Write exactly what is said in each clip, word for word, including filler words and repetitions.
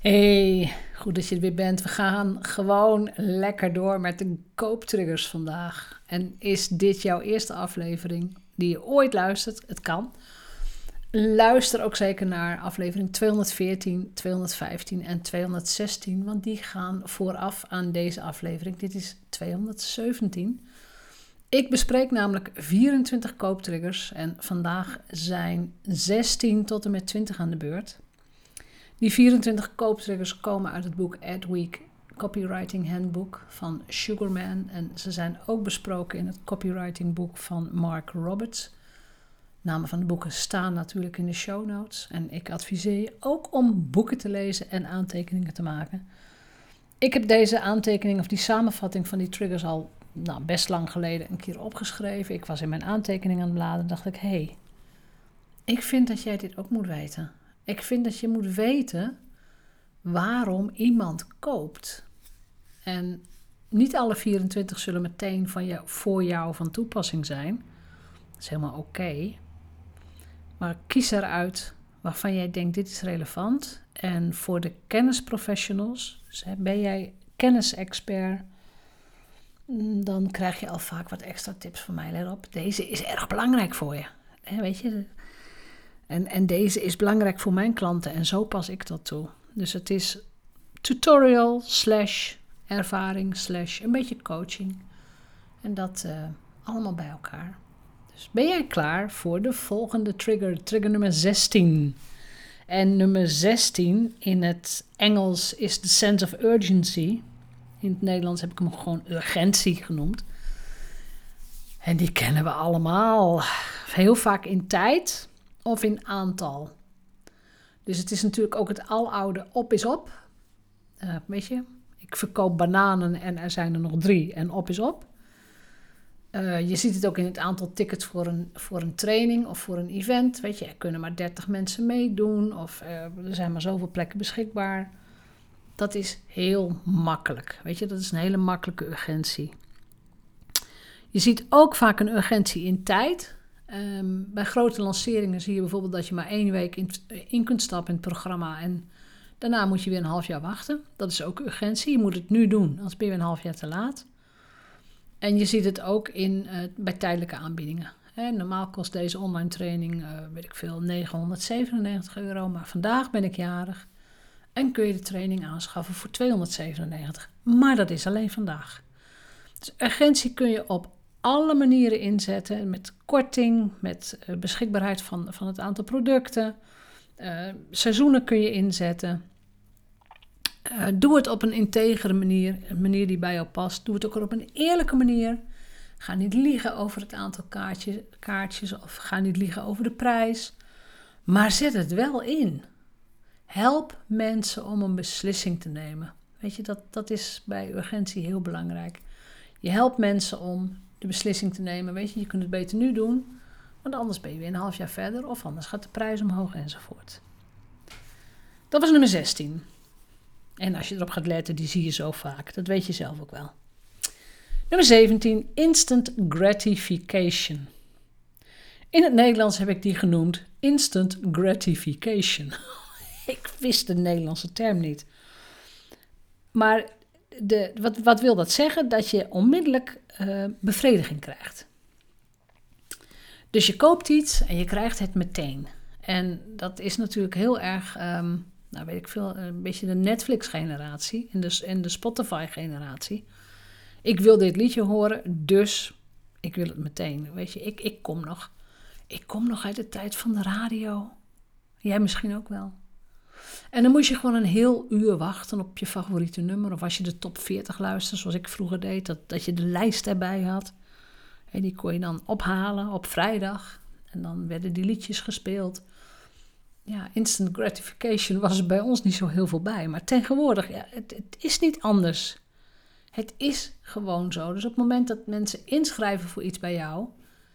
Hey, goed dat je er weer bent. We gaan gewoon lekker door met de kooptriggers vandaag. En is dit jouw eerste aflevering die je ooit luistert? Het kan. Luister ook zeker naar aflevering tweehonderdveertien, tweehonderdvijftien en tweehonderdzestien, want die gaan vooraf aan deze aflevering. Dit is tweehonderdzeventien. Ik bespreek namelijk vierentwintig kooptriggers en vandaag zijn zestien tot en met twintig aan de beurt. Die vierentwintig kooptriggers komen uit het boek Adweek Copywriting Handbook van Sugarman. En ze zijn ook besproken in het copywriting boek van Mark Roberts. Namen van de boeken staan natuurlijk in de show notes. En ik adviseer je ook om boeken te lezen en aantekeningen te maken. Ik heb deze aantekening of die samenvatting van die triggers al nou, best lang geleden een keer opgeschreven. Ik was in mijn aantekeningen aan het bladeren en dacht ik, hé, hey, ik vind dat jij dit ook moet weten. Ik vind dat je moet weten waarom iemand koopt. En niet alle vierentwintig zullen meteen van jou, voor jou van toepassing zijn. Dat is helemaal oké. Okay. Maar kies eruit waarvan jij denkt, dit is relevant. En voor de kennisprofessionals, dus ben jij kennisexpert, dan krijg je al vaak wat extra tips van mij. Let op, deze is erg belangrijk voor je. He, weet je... En, en deze is belangrijk voor mijn klanten en zo pas ik dat toe. Dus het is tutorial slash ervaring slash een beetje coaching. En dat uh, allemaal bij elkaar. Dus ben jij klaar voor de volgende trigger, trigger nummer zestien. En nummer zestien in het Engels is the sense of urgency. In het Nederlands heb ik hem gewoon urgentie genoemd. En die kennen we allemaal. Heel vaak in tijd of in aantal. Dus het is natuurlijk ook het aloude op is op. Uh, weet je, ik verkoop bananen en er zijn er nog drie en op is op. Uh, je ziet het ook in het aantal tickets voor een, voor een training of voor een event. Weet je, er kunnen maar dertig mensen meedoen of uh, er zijn maar zoveel plekken beschikbaar. Dat is heel makkelijk. Weet je, dat is een hele makkelijke urgentie. Je ziet ook vaak een urgentie in tijd. Um, bij grote lanceringen zie je bijvoorbeeld dat je maar één week in, in kunt stappen in het programma en daarna moet je weer een half jaar wachten. Dat is ook urgentie. Je moet het nu doen, anders ben je weer een half jaar te laat. En je ziet het ook in, uh, bij tijdelijke aanbiedingen. He, normaal kost deze online training, uh, weet ik veel, negenhonderdzevenennegentig euro, maar vandaag ben ik jarig en kun je de training aanschaffen voor tweehonderdzevenennegentig. Maar dat is alleen vandaag. Dus urgentie kun je op alle manieren inzetten, met korting, met uh, beschikbaarheid van, van het aantal producten. Uh, seizoenen kun je inzetten. Uh, doe het op een integere manier, een manier die bij jou past. Doe het ook op een eerlijke manier. Ga niet liegen over het aantal kaartjes, kaartjes of ga niet liegen over de prijs. Maar zet het wel in. Help mensen om een beslissing te nemen. Weet je, dat, dat is bij urgentie heel belangrijk. Je helpt mensen om de beslissing te nemen. Weet je, je kunt het beter nu doen, want anders ben je weer een half jaar verder of anders gaat de prijs omhoog enzovoort. Dat was nummer zestien. En als je erop gaat letten, die zie je zo vaak. Dat weet je zelf ook wel. Nummer zeventien, instant gratification. In het Nederlands heb ik die genoemd instant gratification. Ik wist de Nederlandse term niet. Maar de, wat, wat wil dat zeggen? Dat je onmiddellijk uh, bevrediging krijgt. Dus je koopt iets en je krijgt het meteen. En dat is natuurlijk heel erg, um, nou weet ik veel, een beetje de Netflix-generatie en de, en de Spotify-generatie. Ik wil dit liedje horen, dus ik wil het meteen. Weet je, ik, ik kom nog. Ik kom nog uit de tijd van de radio. Jij misschien ook wel. En dan moest je gewoon een heel uur wachten op je favoriete nummer. Of als je de top veertig luistert, zoals ik vroeger deed, dat, dat je de lijst erbij had. En die kon je dan ophalen op vrijdag. En dan werden die liedjes gespeeld. Ja, instant gratification was er bij ons niet zo heel veel bij. Maar tegenwoordig, ja, het, het is niet anders. Het is gewoon zo. Dus op het moment dat mensen inschrijven voor iets bij jou,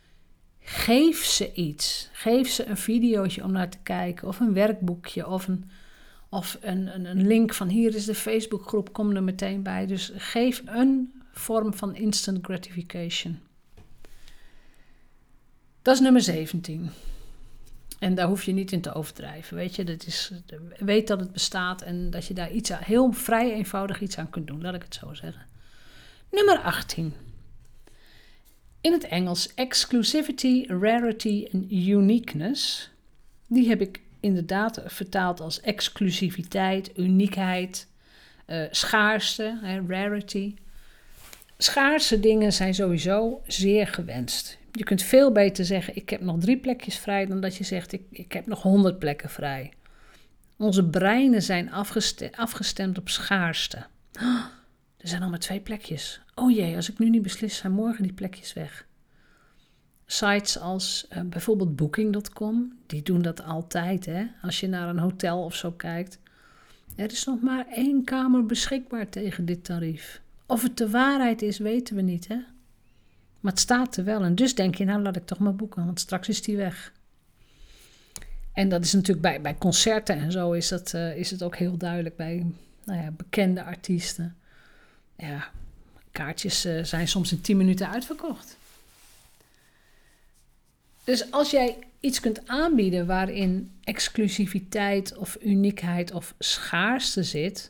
geef ze iets. Geef ze een videootje om naar te kijken. Of een werkboekje. Of een, of een, een, een link van hier is de Facebookgroep. Kom er meteen bij. Dus geef een vorm van instant gratification. Dat is nummer zeventien. En daar hoef je niet in te overdrijven, weet je. Dat is, weet dat het bestaat en dat je daar iets aan, heel vrij eenvoudig iets aan kunt doen, laat ik het zo zeggen. Nummer achttien. In het Engels exclusivity, rarity en uniqueness. Die heb ik inderdaad vertaald als exclusiviteit, uniekheid, uh, schaarste, hè, rarity. Schaarse dingen zijn sowieso zeer gewenst. Je kunt veel beter zeggen, ik heb nog drie plekjes vrij, dan dat je zegt, ik, ik heb nog honderd plekken vrij. Onze breinen zijn afgestemd, afgestemd op schaarste. Oh, er zijn al maar twee plekjes. Oh jee, als ik nu niet beslis, zijn morgen die plekjes weg. Sites als uh, bijvoorbeeld booking punt com, die doen dat altijd. Hè? Als je naar een hotel of zo kijkt. Er is nog maar één kamer beschikbaar tegen dit tarief. Of het de waarheid is, weten we niet. Hè? Maar het staat er wel. En dus denk je, nou laat ik toch maar boeken, want straks is die weg. En dat is natuurlijk bij, bij concerten en zo is, dat, uh, is het ook heel duidelijk. Bij nou ja, bekende artiesten. Ja, kaartjes uh, zijn soms in tien minuten uitverkocht. Dus als jij iets kunt aanbieden waarin exclusiviteit of uniekheid of schaarste zit,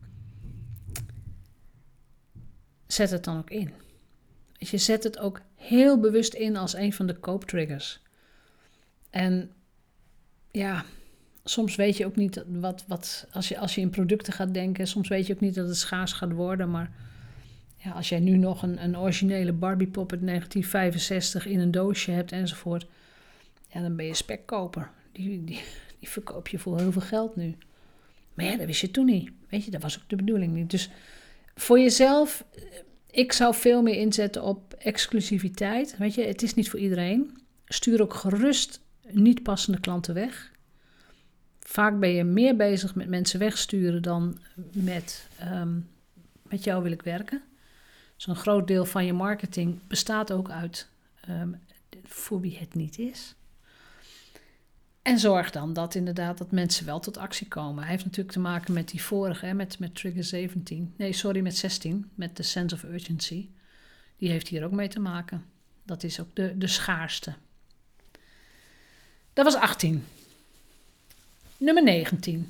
zet het dan ook in. Je zet het ook heel bewust in als een van de kooptriggers. En ja, soms weet je ook niet wat, wat als, je, als je in producten gaat denken, soms weet je ook niet dat het schaars gaat worden, maar ja, als jij nu nog een, een originele Barbie pop uit negentien vijfenzestig in een doosje hebt enzovoort, ja, dan ben je spekkoper. Die, die, die verkoop je voor heel veel geld nu. Maar ja, dat wist je toen niet. Weet je, dat was ook de bedoeling niet. Dus voor jezelf, ik zou veel meer inzetten op exclusiviteit. Weet je, het is niet voor iedereen. Stuur ook gerust niet passende klanten weg. Vaak ben je meer bezig met mensen wegsturen dan met, um, met jou wil ik werken. Zo'n groot deel van je marketing bestaat ook uit um, voor wie het niet is. En zorg dan dat inderdaad dat mensen wel tot actie komen. Hij heeft natuurlijk te maken met die vorige, hè, met, met Trigger zeventien. Nee, sorry, met zestien, met de sense of urgency. Die heeft hier ook mee te maken. Dat is ook de, de schaarste. Dat was achttien. Nummer negentien.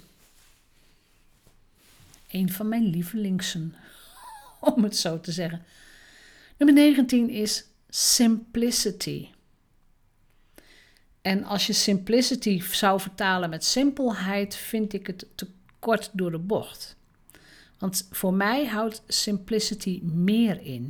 Een van mijn lievelingsen, om het zo te zeggen. Nummer negentien is simplicity. En als je simplicity zou vertalen met simpelheid, vind ik het te kort door de bocht. Want voor mij houdt simplicity meer in.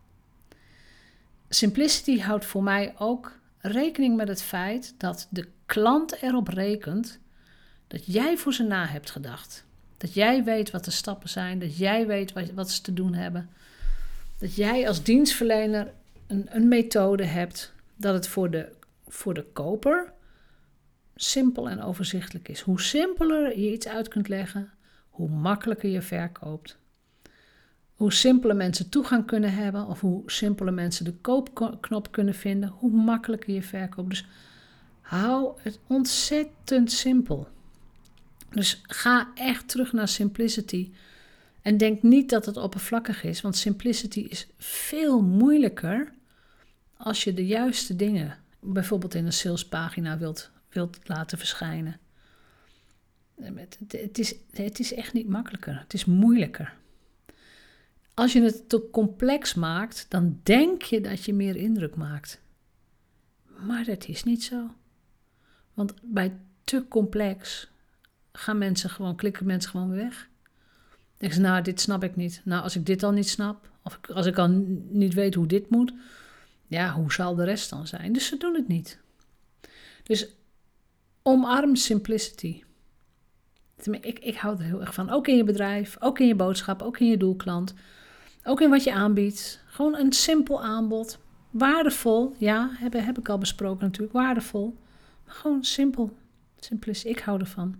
Simplicity houdt voor mij ook rekening met het feit dat de klant erop rekent dat jij voor ze na hebt gedacht. Dat jij weet wat de stappen zijn, dat jij weet wat, wat ze te doen hebben. Dat jij als dienstverlener een, een methode hebt dat het voor de, voor de koper simpel en overzichtelijk is. Hoe simpeler je iets uit kunt leggen, hoe makkelijker je verkoopt. Hoe simpeler mensen toegang kunnen hebben of hoe simpeler mensen de koopknop kunnen vinden, hoe makkelijker je verkoopt. Dus hou het ontzettend simpel. Dus ga echt terug naar simplicity. En denk niet dat het oppervlakkig is, want simplicity is veel moeilijker als je de juiste dingen, bijvoorbeeld in een salespagina, wilt, wilt laten verschijnen. Het, het, is, het is echt niet makkelijker, het is moeilijker. Als je het te complex maakt, dan denk je dat je meer indruk maakt. Maar dat is niet zo. Want bij te complex gaan mensen gewoon, klikken mensen gewoon weer weg. Denken ze, nou, dit snap ik niet. Nou, als ik dit al niet snap, of ik, als ik al niet weet hoe dit moet, ja, hoe zal de rest dan zijn? Dus ze doen het niet. Dus omarm simplicity. Ik, ik hou er heel erg van. Ook in je bedrijf, ook in je boodschap, ook in je doelklant. Ook in wat je aanbiedt. Gewoon een simpel aanbod. Waardevol, ja, heb, heb ik al besproken natuurlijk. Waardevol. Maar gewoon simpel. Simplice, ik hou ervan.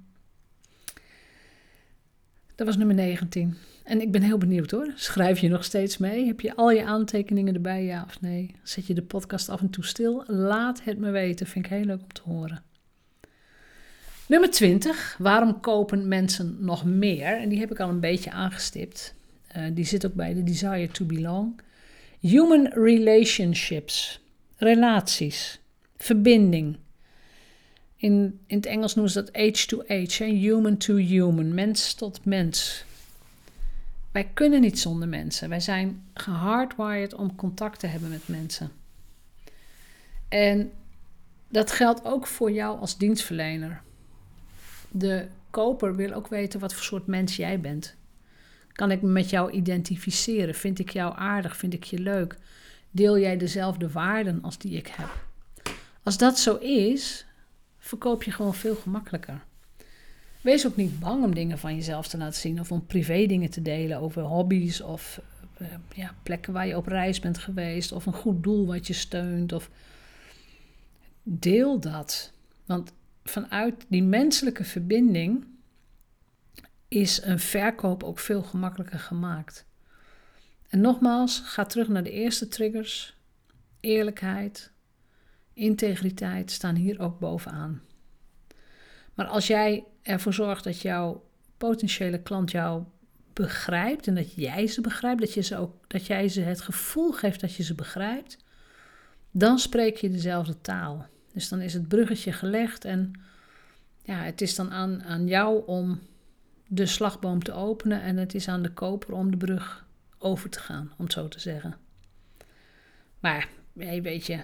Dat was nummer negentien. En ik ben heel benieuwd hoor. Schrijf je nog steeds mee? Heb je al je aantekeningen erbij, ja of nee? Zet je de podcast af en toe stil? Laat het me weten. Vind ik heel leuk om te horen. Nummer twintig. Waarom kopen mensen nog meer? En die heb ik al een beetje aangestipt. Uh, die zit ook bij de desire to belong. Human relationships. Relaties. Verbinding. In, in het Engels noemen ze dat age to age, hè? Human to human, mens tot mens. Wij kunnen niet zonder mensen. Wij zijn gehardwired om contact te hebben met mensen. En dat geldt ook voor jou als dienstverlener. De koper wil ook weten wat voor soort mens jij bent. Kan ik me met jou identificeren? Vind ik jou aardig? Vind ik je leuk? Deel jij dezelfde waarden als die ik heb? Als dat zo is, verkoop je gewoon veel gemakkelijker. Wees ook niet bang om dingen van jezelf te laten zien of om privé dingen te delen over hobby's of uh, ja, plekken waar je op reis bent geweest of een goed doel wat je steunt. Of deel dat. Want vanuit die menselijke verbinding is een verkoop ook veel gemakkelijker gemaakt. En nogmaals, ga terug naar de eerste triggers. Eerlijkheid, integriteit staan hier ook bovenaan. Maar als jij ervoor zorgt dat jouw potentiële klant jou begrijpt en dat jij ze begrijpt, dat, je ze ook, dat jij ze het gevoel geeft dat je ze begrijpt, dan spreek je dezelfde taal. Dus dan is het bruggetje gelegd en ja, het is dan aan, aan jou om de slagboom te openen en het is aan de koper om de brug over te gaan, om het zo te zeggen. Maar, hey, weet je,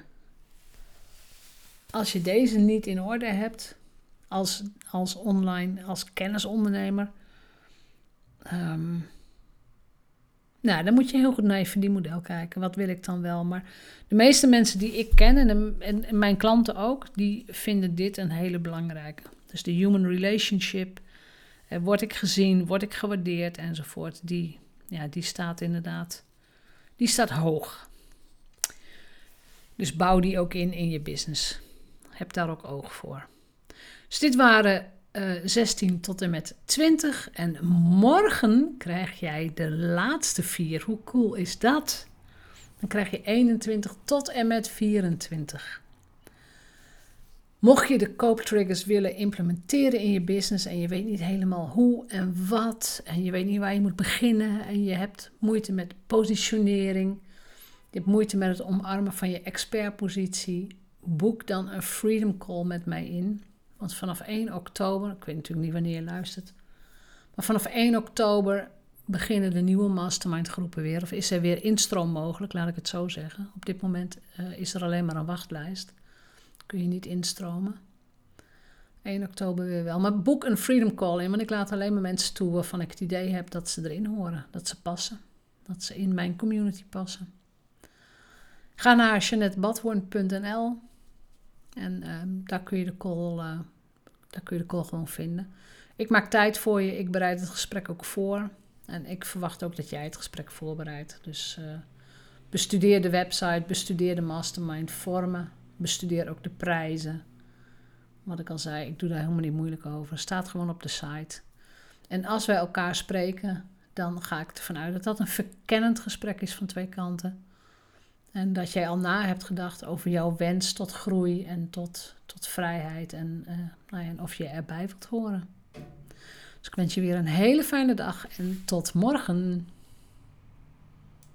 als je deze niet in orde hebt, als, als online, als kennisondernemer, um, nou, dan moet je heel goed naar je verdienmodel kijken. Wat wil ik dan wel? Maar de meeste mensen die ik ken en, de, en, en mijn klanten ook, die vinden dit een hele belangrijke. Dus de human relationship, eh, word ik gezien, word ik gewaardeerd enzovoort. Die, ja, die staat inderdaad, die staat hoog. Dus bouw die ook in in je business. Heb daar ook oog voor. Dus dit waren uh, zestien tot en met twintig. En morgen krijg jij de laatste vier. Hoe cool is dat? Dan krijg je eenentwintig tot en met vierentwintig. Mocht je de kooptriggers willen implementeren in je business en je weet niet helemaal hoe en wat en je weet niet waar je moet beginnen en je hebt moeite met positionering, je hebt moeite met het omarmen van je expertpositie, boek dan een Freedom Call met mij in. Want vanaf één oktober, ik weet natuurlijk niet wanneer je luistert, maar vanaf één oktober beginnen de nieuwe mastermind groepen weer. Of is er weer instroom mogelijk, laat ik het zo zeggen. Op dit moment uh, is er alleen maar een wachtlijst. Kun je niet instromen. één oktober weer wel. Maar boek een Freedom Call in, want ik laat alleen maar mensen toe waarvan ik het idee heb dat ze erin horen. Dat ze passen. Dat ze in mijn community passen. Ga naar jeanette badhoorn punt n l en uh, daar kun je de call, uh, daar kun je de call gewoon vinden. Ik maak tijd voor je, ik bereid het gesprek ook voor. En ik verwacht ook dat jij het gesprek voorbereidt. Dus uh, bestudeer de website, bestudeer de mastermind vormen, bestudeer ook de prijzen. Wat ik al zei, ik doe daar helemaal niet moeilijk over. Het staat gewoon op de site. En als wij elkaar spreken, dan ga ik ervan uit dat dat een verkennend gesprek is van twee kanten. En dat jij al na hebt gedacht over jouw wens tot groei en tot, tot vrijheid. En, uh, nou ja, en of je erbij wilt horen. Dus ik wens je weer een hele fijne dag en tot morgen.